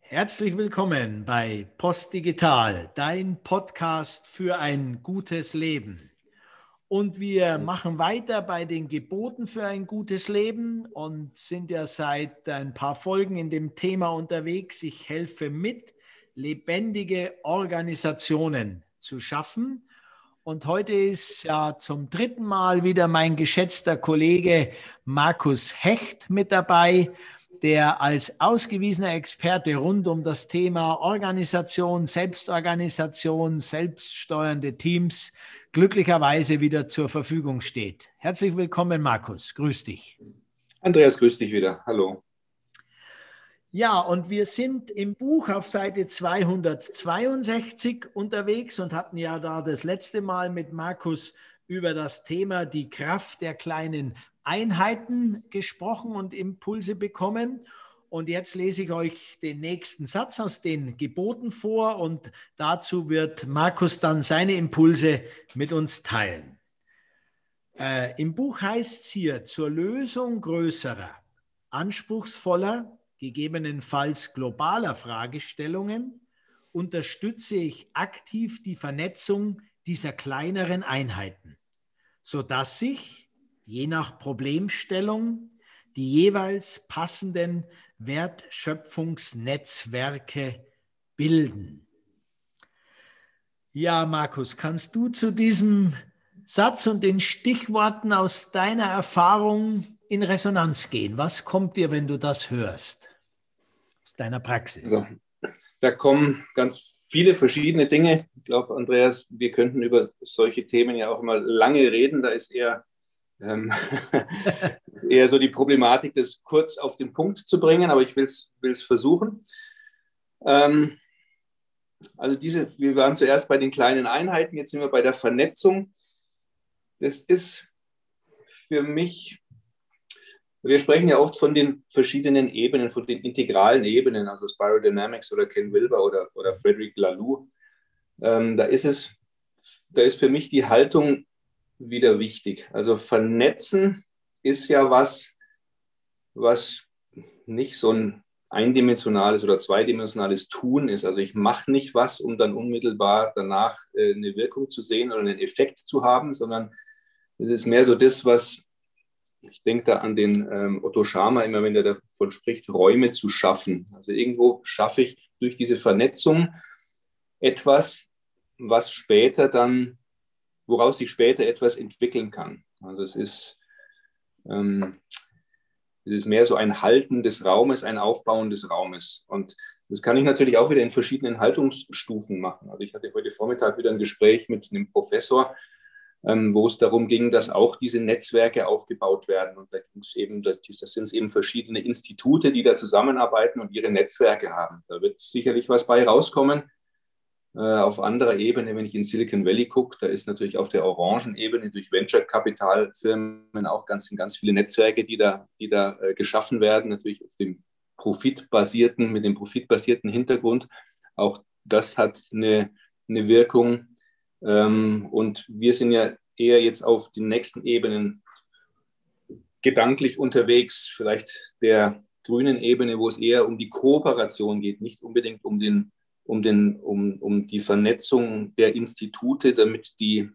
Herzlich willkommen bei Postdigital, dein Podcast für ein gutes Leben. Und wir machen weiter bei den Geboten für ein gutes Leben und sind ja seit ein paar Folgen in dem Thema unterwegs. Ich helfe mit, lebendige Organisationen zu schaffen. Und heute ist ja zum dritten Mal wieder mein geschätzter Kollege Markus Hecht mit dabei, der als ausgewiesener Experte rund um das Thema Organisation, Selbstorganisation, selbststeuernde Teams glücklicherweise wieder zur Verfügung steht. Herzlich willkommen, Markus. Grüß dich. Andreas, grüß dich wieder. Hallo. Ja, und wir sind im Buch auf Seite 262 unterwegs und hatten ja da das letzte Mal mit Markus über das Thema die Kraft der kleinen Einheiten gesprochen und Impulse bekommen. Und jetzt lese ich euch den nächsten Satz aus den Geboten vor und dazu wird Markus dann seine Impulse mit uns teilen. Im Buch heißt es hier, zur Lösung größerer, anspruchsvoller, gegebenenfalls globaler Fragestellungen unterstütze ich aktiv die Vernetzung dieser kleineren Einheiten, sodass sich, je nach Problemstellung, die jeweils passenden Wertschöpfungsnetzwerke bilden. Ja, Markus, kannst du zu diesem Satz und den Stichworten aus deiner Erfahrung in Resonanz gehen? Was kommt dir, wenn du das hörst, aus deiner Praxis? Also, da kommen ganz viele verschiedene Dinge. Ich glaube, Andreas, wir könnten über solche Themen ja auch mal lange reden. Da ist eher so die Problematik, das kurz auf den Punkt zu bringen, aber ich will es versuchen. Also wir waren zuerst bei den kleinen Einheiten, jetzt sind wir bei der Vernetzung. Das ist für mich, wir sprechen ja oft von den verschiedenen Ebenen, von den integralen Ebenen, also Spiral Dynamics oder Ken Wilber oder Frederic Laloux. Da ist für mich die Haltung wieder wichtig. Also vernetzen ist ja was nicht so ein eindimensionales oder zweidimensionales Tun ist. Also ich mache nicht was, um dann unmittelbar danach eine Wirkung zu sehen oder einen Effekt zu haben, sondern es ist mehr so das, was, ich denke da an den Otto Scharmer immer, wenn der davon spricht, Räume zu schaffen. Also irgendwo schaffe ich durch diese Vernetzung etwas, woraus sich später etwas entwickeln kann. Also es ist mehr so ein Halten des Raumes, ein Aufbauen des Raumes. Und das kann ich natürlich auch wieder in verschiedenen Haltungsstufen machen. Also ich hatte heute Vormittag wieder ein Gespräch mit einem Professor, wo es darum ging, dass auch diese Netzwerke aufgebaut werden. Und da ging es eben, das sind eben verschiedene Institute, die da zusammenarbeiten und ihre Netzwerke haben. Da wird sicherlich was bei rauskommen. Auf anderer Ebene, wenn ich in Silicon Valley gucke, da ist natürlich auf der Orangenebene durch Venture-Kapitalfirmen auch ganz viele Netzwerke, die da geschaffen werden, natürlich auf dem mit dem profitbasierten Hintergrund. Auch das hat eine Wirkung. Und wir sind ja eher jetzt auf den nächsten Ebenen gedanklich unterwegs, vielleicht der grünen Ebene, wo es eher um die Kooperation geht, nicht unbedingt um die Vernetzung der Institute, damit die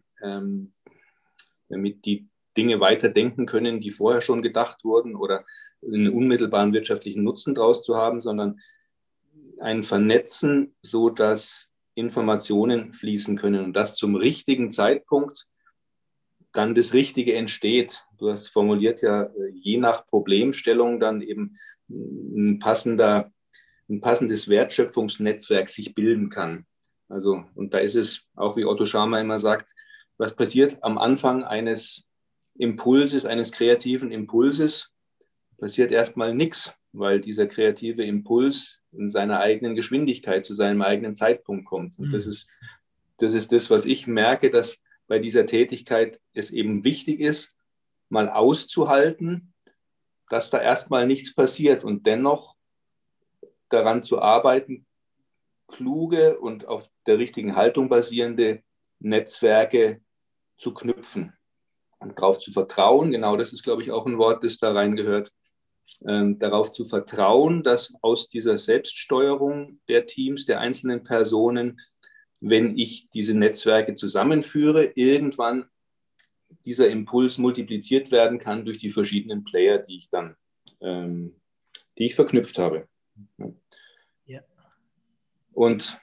Dinge weiterdenken können, die vorher schon gedacht wurden oder einen unmittelbaren wirtschaftlichen Nutzen daraus zu haben, sondern ein Vernetzen, so dass Informationen fließen können und dass zum richtigen Zeitpunkt dann das Richtige entsteht. Du hast formuliert ja, je nach Problemstellung dann eben ein passendes Wertschöpfungsnetzwerk sich bilden kann. Also, und da ist es, auch wie Otto Scharmer immer sagt, was passiert am Anfang eines Impulses, eines kreativen Impulses, passiert erstmal nichts, weil dieser kreative Impuls in seiner eigenen Geschwindigkeit zu seinem eigenen Zeitpunkt kommt. Und das ist das, was ich merke, dass bei dieser Tätigkeit es eben wichtig ist, mal auszuhalten, dass da erstmal nichts passiert und dennoch daran zu arbeiten, kluge und auf der richtigen Haltung basierende Netzwerke zu knüpfen und darauf zu vertrauen. Genau, das ist, glaube ich, auch ein Wort, das da reingehört, darauf zu vertrauen, dass aus dieser Selbststeuerung der Teams, der einzelnen Personen, wenn ich diese Netzwerke zusammenführe, irgendwann dieser Impuls multipliziert werden kann durch die verschiedenen Player, die ich verknüpft habe. Ja. Und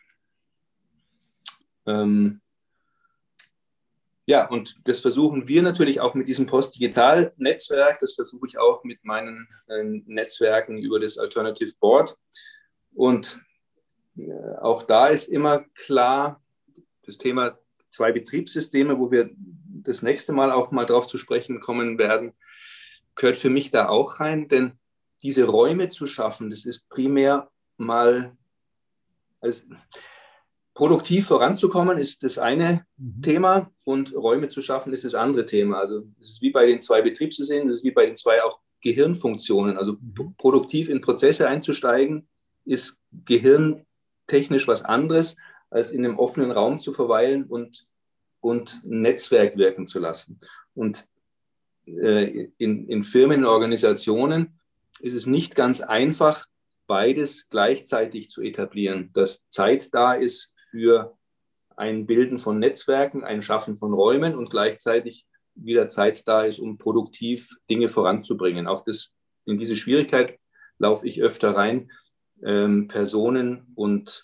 und das versuchen wir natürlich auch mit diesem Postdigital-Netzwerk, das versuche ich auch mit meinen Netzwerken über das Alternative Board. Und auch da ist immer klar, das Thema 2 Betriebssysteme, wo wir das nächste Mal auch mal drauf zu sprechen kommen werden, gehört für mich da auch rein, denn diese Räume zu schaffen, das ist primär mal als produktiv voranzukommen, ist das eine Thema, und Räume zu schaffen ist das andere Thema. Also es ist wie bei den 2 Betriebssystemen, es ist wie bei den 2 auch Gehirnfunktionen. Also produktiv in Prozesse einzusteigen, ist gehirntechnisch was anderes, als in einem offenen Raum zu verweilen und ein Netzwerk wirken zu lassen. Und in Firmen, in Organisationen ist es nicht ganz einfach, beides gleichzeitig zu etablieren, dass Zeit da ist für ein Bilden von Netzwerken, ein Schaffen von Räumen und gleichzeitig wieder Zeit da ist, um produktiv Dinge voranzubringen. Auch in diese Schwierigkeit laufe ich öfter rein, Personen und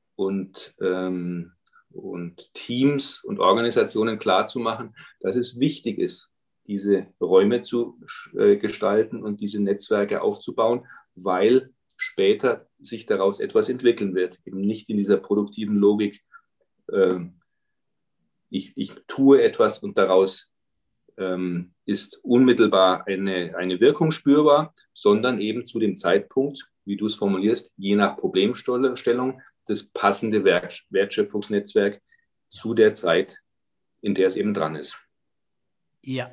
Teams und Organisationen klarzumachen, dass es wichtig ist, diese Räume zu gestalten und diese Netzwerke aufzubauen, weil später sich daraus etwas entwickeln wird. Eben nicht in dieser produktiven Logik, ich tue etwas und daraus ist unmittelbar eine Wirkung spürbar, sondern eben zu dem Zeitpunkt, wie du es formulierst, je nach Problemstellung, das passende Wertschöpfungsnetzwerk zu der Zeit, in der es eben dran ist. Ja,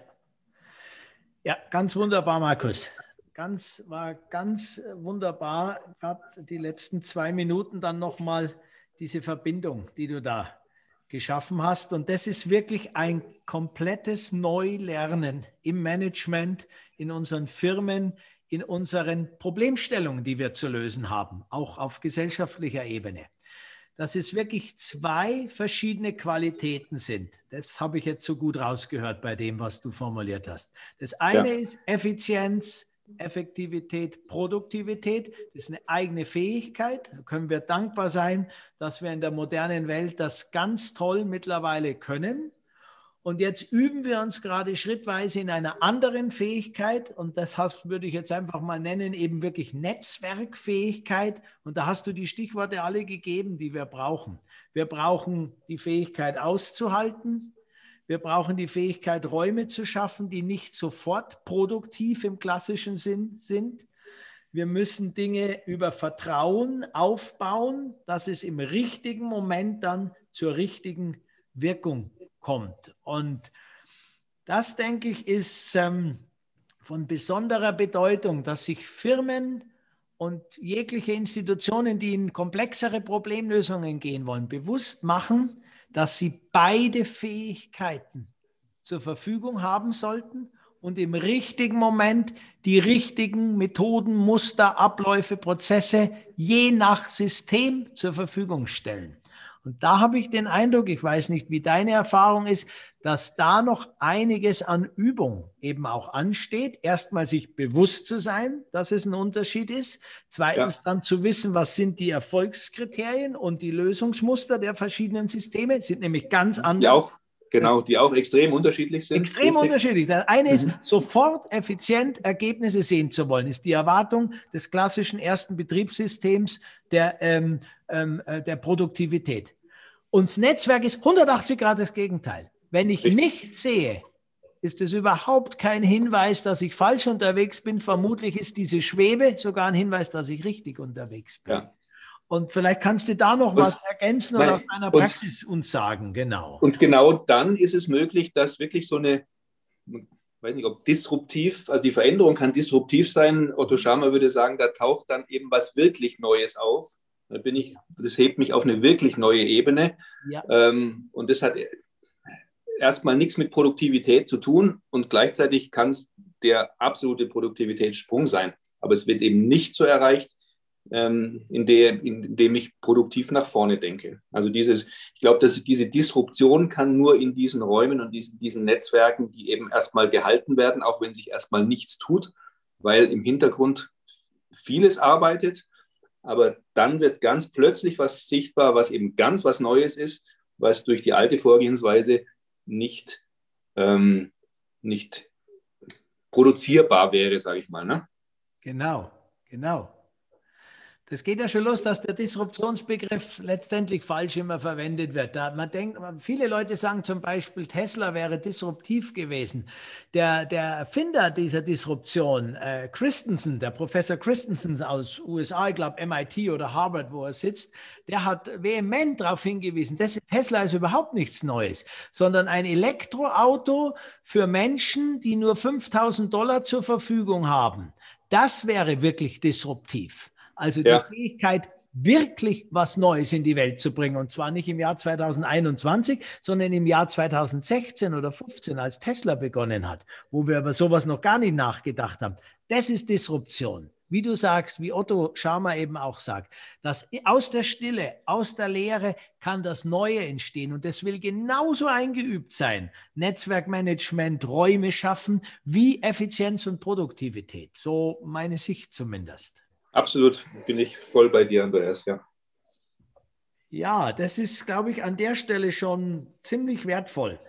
ganz wunderbar, Markus. War ganz wunderbar, gerade die letzten 2 Minuten dann nochmal diese Verbindung, die du da geschaffen hast. Und das ist wirklich ein komplettes Neulernen im Management, in unseren Firmen, in unseren Problemstellungen, die wir zu lösen haben, auch auf gesellschaftlicher Ebene. Dass es wirklich 2 verschiedene Qualitäten sind. Das habe ich jetzt so gut rausgehört bei dem, was du formuliert hast. Das eine ist Effizienz, Effektivität, Produktivität. Das ist eine eigene Fähigkeit. Da können wir dankbar sein, dass wir in der modernen Welt das ganz toll mittlerweile können. Und jetzt üben wir uns gerade schrittweise in einer anderen Fähigkeit, und das würde ich jetzt einfach mal nennen, eben wirklich Netzwerkfähigkeit. Und da hast du die Stichworte alle gegeben, die wir brauchen. Wir brauchen die Fähigkeit auszuhalten. Wir brauchen die Fähigkeit, Räume zu schaffen, die nicht sofort produktiv im klassischen Sinn sind. Wir müssen Dinge über Vertrauen aufbauen, dass es im richtigen Moment dann zur richtigen Wirkung kommt. Und das, denke ich, ist von besonderer Bedeutung, dass sich Firmen und jegliche Institutionen, die in komplexere Problemlösungen gehen wollen, bewusst machen, dass sie beide Fähigkeiten zur Verfügung haben sollten und im richtigen Moment die richtigen Methoden, Muster, Abläufe, Prozesse je nach System zur Verfügung stellen. Und da habe ich den Eindruck, ich weiß nicht, wie deine Erfahrung ist, dass da noch einiges an Übung eben auch ansteht. Erstmal sich bewusst zu sein, dass es ein Unterschied ist. Zweitens dann zu wissen, was sind die Erfolgskriterien und die Lösungsmuster der verschiedenen Systeme. Sind nämlich ganz anders. Die auch extrem unterschiedlich sind. Extrem unterschiedlich. Das eine ist, sofort effizient Ergebnisse sehen zu wollen, ist die Erwartung des klassischen ersten Betriebssystems der Produktivität. Und das Netzwerk ist 180 Grad das Gegenteil. Wenn ich nichts sehe, ist es überhaupt kein Hinweis, dass ich falsch unterwegs bin. Vermutlich ist diese Schwebe sogar ein Hinweis, dass ich richtig unterwegs bin. Ja. Und vielleicht kannst du da noch was ergänzen oder aus deiner Praxis uns sagen. Genau. Und genau dann ist es möglich, dass wirklich so eine, ich weiß nicht, ob disruptiv, also die Veränderung kann disruptiv sein. Otto Scharmer würde sagen, da taucht dann eben was wirklich Neues auf. Das hebt mich auf eine wirklich neue Ebene. Ja. Und das hat erstmal nichts mit Produktivität zu tun und gleichzeitig kann es der absolute Produktivitätssprung sein. aber es wird eben nicht so erreicht, indem ich produktiv nach vorne denke. Also ich glaube, dass diese Disruption kann nur in diesen Räumen und diesen Netzwerken, die eben erstmal gehalten werden, auch wenn sich erstmal nichts tut, weil im Hintergrund vieles arbeitet, aber dann wird ganz plötzlich was sichtbar, was eben ganz was Neues ist, was durch die alte Vorgehensweise nicht produzierbar wäre, sage ich mal. Ne? Genau, genau. Das geht ja schon los, dass der Disruptionsbegriff letztendlich falsch immer verwendet wird. Viele Leute sagen zum Beispiel, Tesla wäre disruptiv gewesen. Der Erfinder dieser Disruption, Christensen, der Professor Christensen aus USA, ich glaube MIT oder Harvard, wo er sitzt, der hat vehement darauf hingewiesen, Tesla ist überhaupt nichts Neues, sondern ein Elektroauto für Menschen, die nur $5.000 zur Verfügung haben. Das wäre wirklich disruptiv. Also die Fähigkeit, wirklich was Neues in die Welt zu bringen. Und zwar nicht im Jahr 2021, sondern im Jahr 2016 oder 2015, als Tesla begonnen hat, wo wir über sowas noch gar nicht nachgedacht haben. Das ist Disruption. Wie du sagst, wie Otto Scharmer eben auch sagt, dass aus der Stille, aus der Leere kann das Neue entstehen. Und das will genauso eingeübt sein. Netzwerkmanagement, Räume schaffen, wie Effizienz und Produktivität. So meine Sicht zumindest. Absolut, bin ich voll bei dir, Andreas, ja. Ja, das ist, glaube ich, an der Stelle schon ziemlich wertvoll.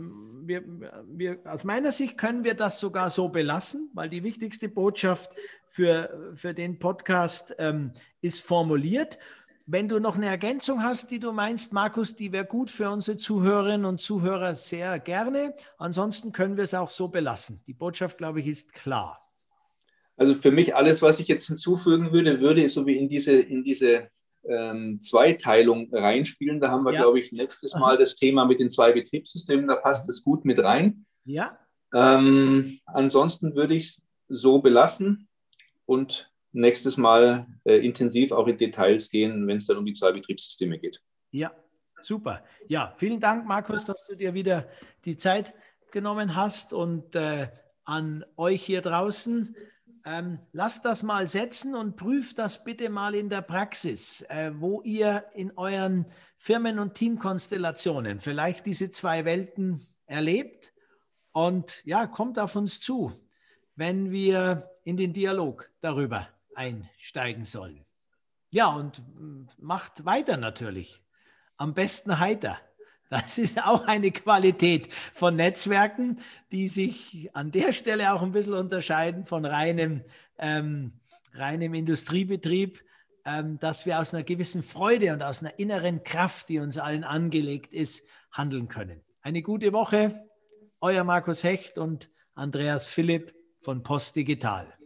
Aus meiner Sicht können wir das sogar so belassen, weil die wichtigste Botschaft für den Podcast ist formuliert. Wenn du noch eine Ergänzung hast, die du meinst, Markus, die wäre gut für unsere Zuhörerinnen und Zuhörer, sehr gerne. Ansonsten können wir es auch so belassen. Die Botschaft, glaube ich, ist klar. Also für mich alles, was ich jetzt hinzufügen würde so wie in diese Zweiteilung reinspielen. Da haben wir, glaube ich, nächstes Mal das Thema mit den 2 Betriebssystemen. Da passt es gut mit rein. Ja. Ansonsten würde ich es so belassen und nächstes Mal intensiv auch in Details gehen, wenn es dann um die 2 Betriebssysteme geht. Ja, super. Ja, vielen Dank, Markus, dass du dir wieder die Zeit genommen hast und an euch hier draußen. Lasst das mal setzen und prüft das bitte mal in der Praxis, wo ihr in euren Firmen- und Teamkonstellationen vielleicht diese 2 Welten erlebt. Und ja, kommt auf uns zu, wenn wir in den Dialog darüber einsteigen sollen. Ja, und macht weiter natürlich. Am besten heiter. Das ist auch eine Qualität von Netzwerken, die sich an der Stelle auch ein bisschen unterscheiden von reinem Industriebetrieb, dass wir aus einer gewissen Freude und aus einer inneren Kraft, die uns allen angelegt ist, handeln können. Eine gute Woche, euer Markus Hecht und Andreas Philipp von Post Digital.